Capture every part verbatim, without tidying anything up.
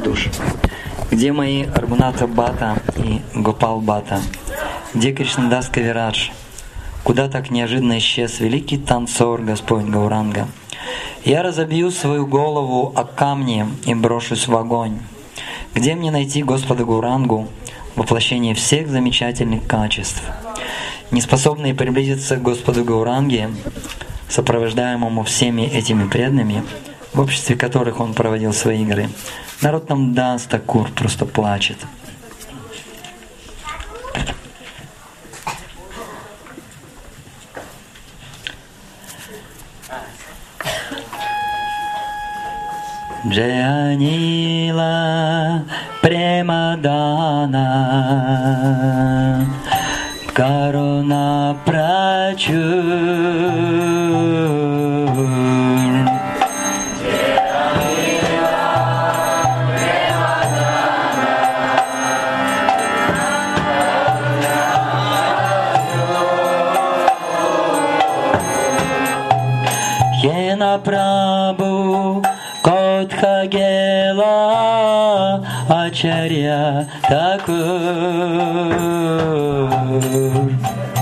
душ. Где мои Рагунатха Бхатта и Гопал Бхатта? Где Кришнадас Кавирадж? Куда так неожиданно исчез великий танцор Господь Гауранга? Я разобью свою голову о камни и брошусь в огонь. Где мне найти Господа Гаурангу, воплощение всех замечательных качеств? Неспособные приблизиться к Господу Гауранге, сопровождаемому всеми этими преданными, в обществе которых он проводил свои игры, Нароттам Дас Такур просто плачет. Джаянила Премадана Каруна Прачур Хена Прабhu Котхагела Ачарья Такур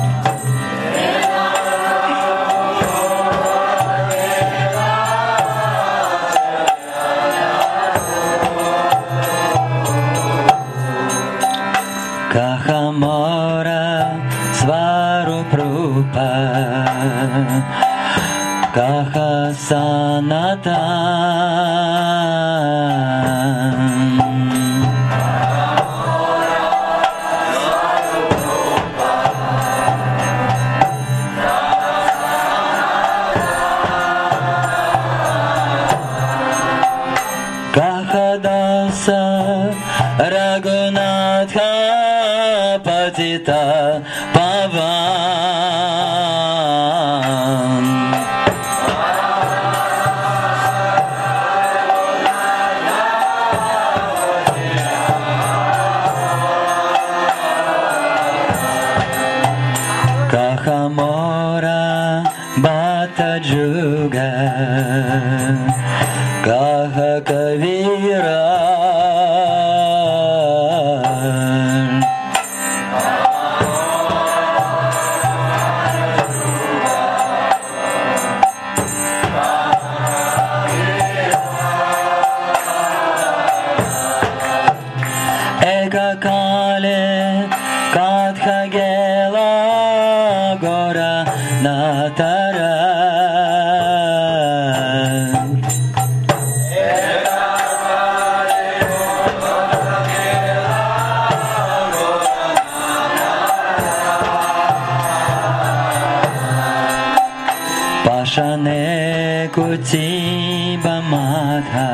Кахамора Сварупрупа Каха Санатан Каха Даса Рагунатха Патита Паван Кахамора Бата Джуга Каха Кавира Эка Кале Катхагела Гора Натара Пашане Кутиба Мадха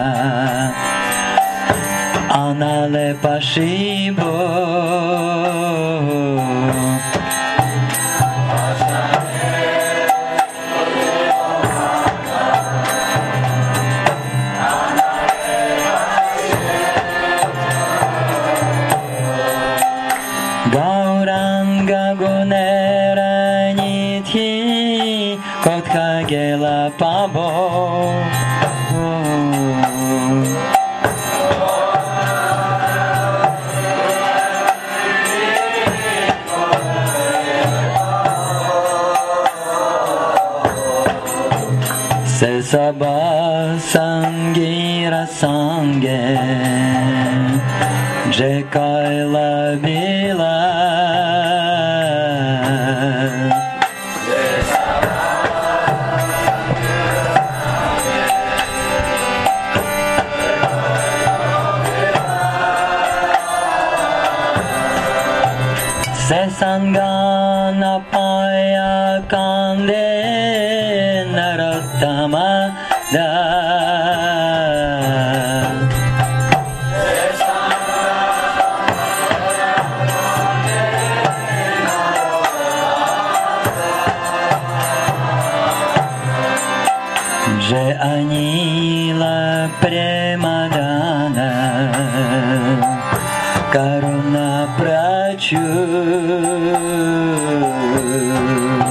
Анале Пашибо Гаурanga Gunera Nithi Kothagela Pabo Sesaba Sangira Sange Jekaila Bila Sesangana Paya Kande Narottama Da Je Anila Premadana Karuna Prachur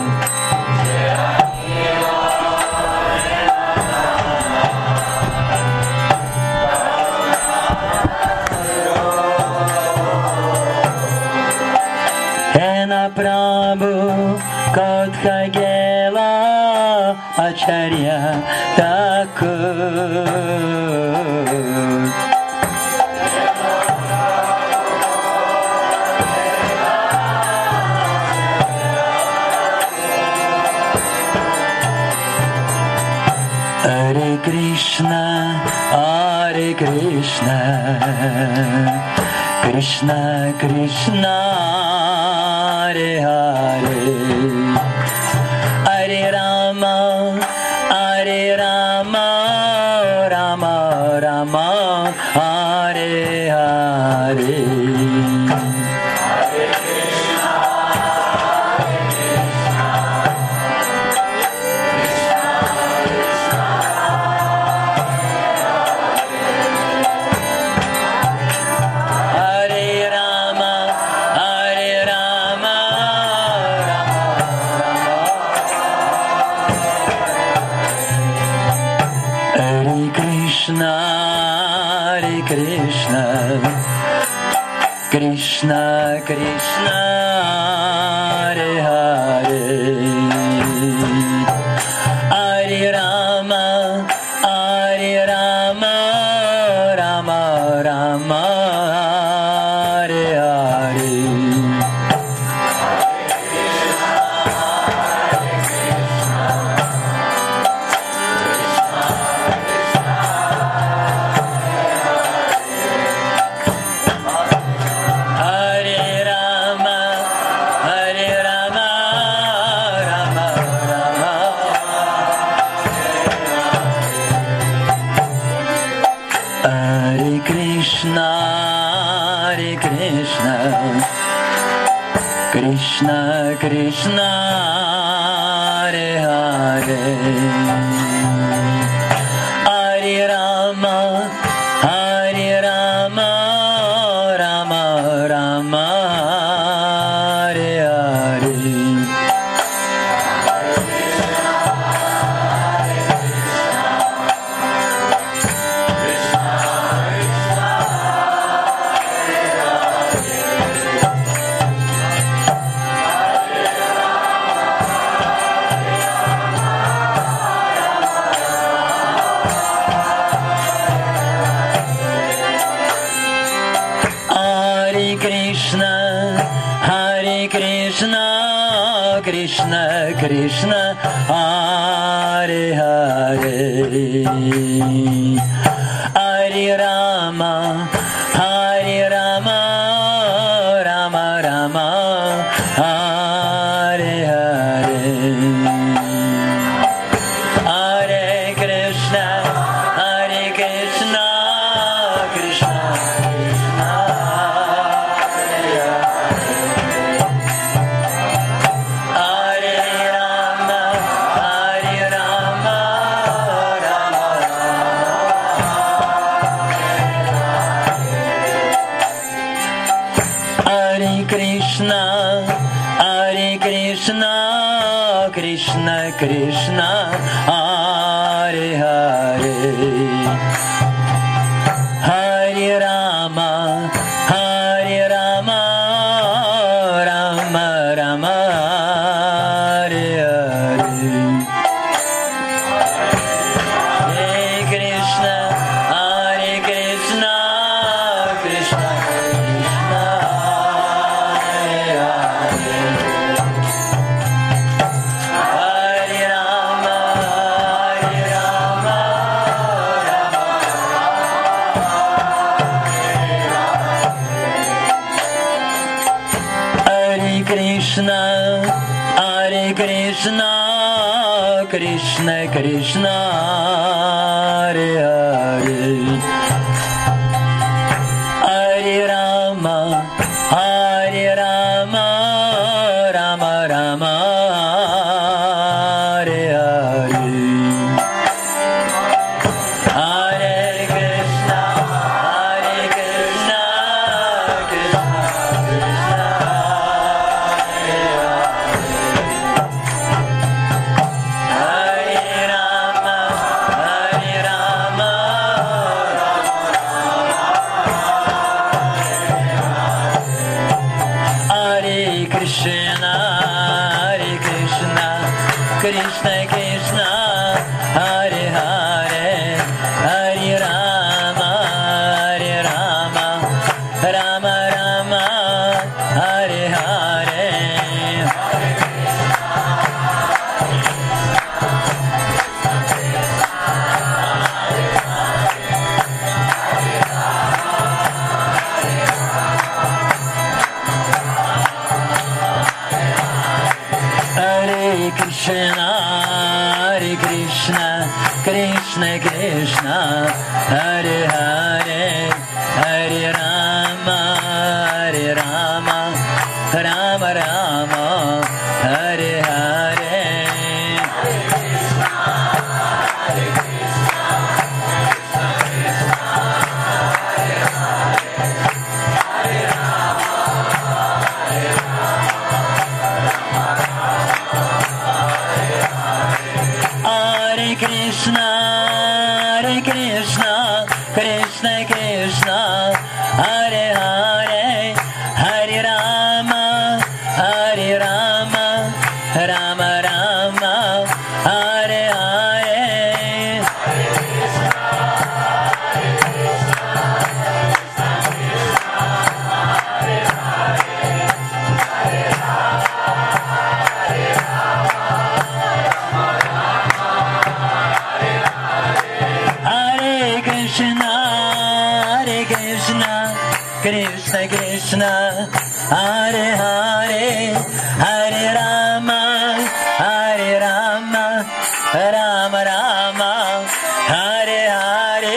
Prabhu Kotha Gela Acharya Thakur. Hare Krishna, Hare Krishna, Krishna Krishna, Hare Hare, Hare Rama, Hare Rama, Rama Rama, Hare Hare. Krishna Krishna, Hare Hare, Hare Rama, Hare Rama, Rama Rama, Hare Hare. Krishna Krishna, Hare Hare, Hare Rama, Hare Rama, Rama Rama, Hare Hare. Krishna Krishna, Hare Hare, Hare Rama, Hare Rama, Rama Rama, Hare Hare, Hare Krishna, Hare Krishna, Krishna Krishna, Krishna, Hare Krishna, Krishna Krishna, Hare Hare, Hare Rama, Hare Rama, Rama Rama, Hare Hare, Hare Krishna, Hare Krishna, Krishna Krishna, Krishna, Hare Krishna, Krishna Krishna, Hare Hare, Hare Rama, Hare Rama, Rama Rama, Hare Hare, Hare Krishna, Hare Krishna, Krishna Krishna, Hare Rama, Hare Rama, Krishna Krishna, Hare Hare, Hare Rama, Hare Rama, Rama Rama, Hare Hare. Hare Krishna, Hare Krishna, Krishna Krishna, Hare Hare, Hare Rama, Hare Rama, Rama Rama, Hare Hare. Hare Krishna, Hare Krishna, Krishna Krishna, Hare Hare, Hare Rama, Hare Rama, Rama Rama, Hare Hare. Hare Krishna, Hare Krishna, Krishna Krishna, Hare Hare, Hare Rama, Hare Rama, Rama Rama, Hare Hare.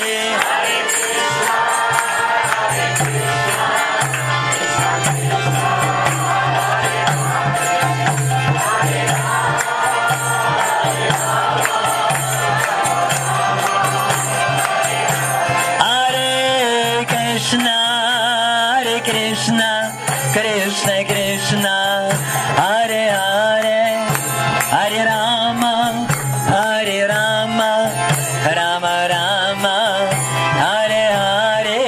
Hare Krishna, Hare Krishna, Krishna Krishna, Hare Hare, Hare Rama, Hare Rama, Rama Rama, Hare Hare.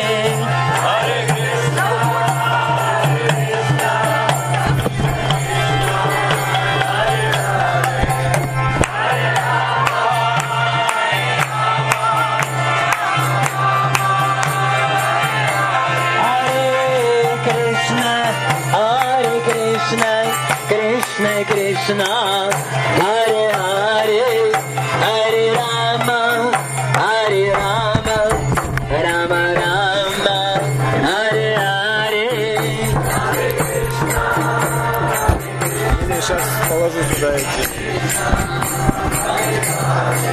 Hare Krishna, Hare Krishna, Krishna Krishna, Hare Hare, Hare Rama, Hare Rama, Rama Rama, Hare Hare. Или сейчас положу туда эти.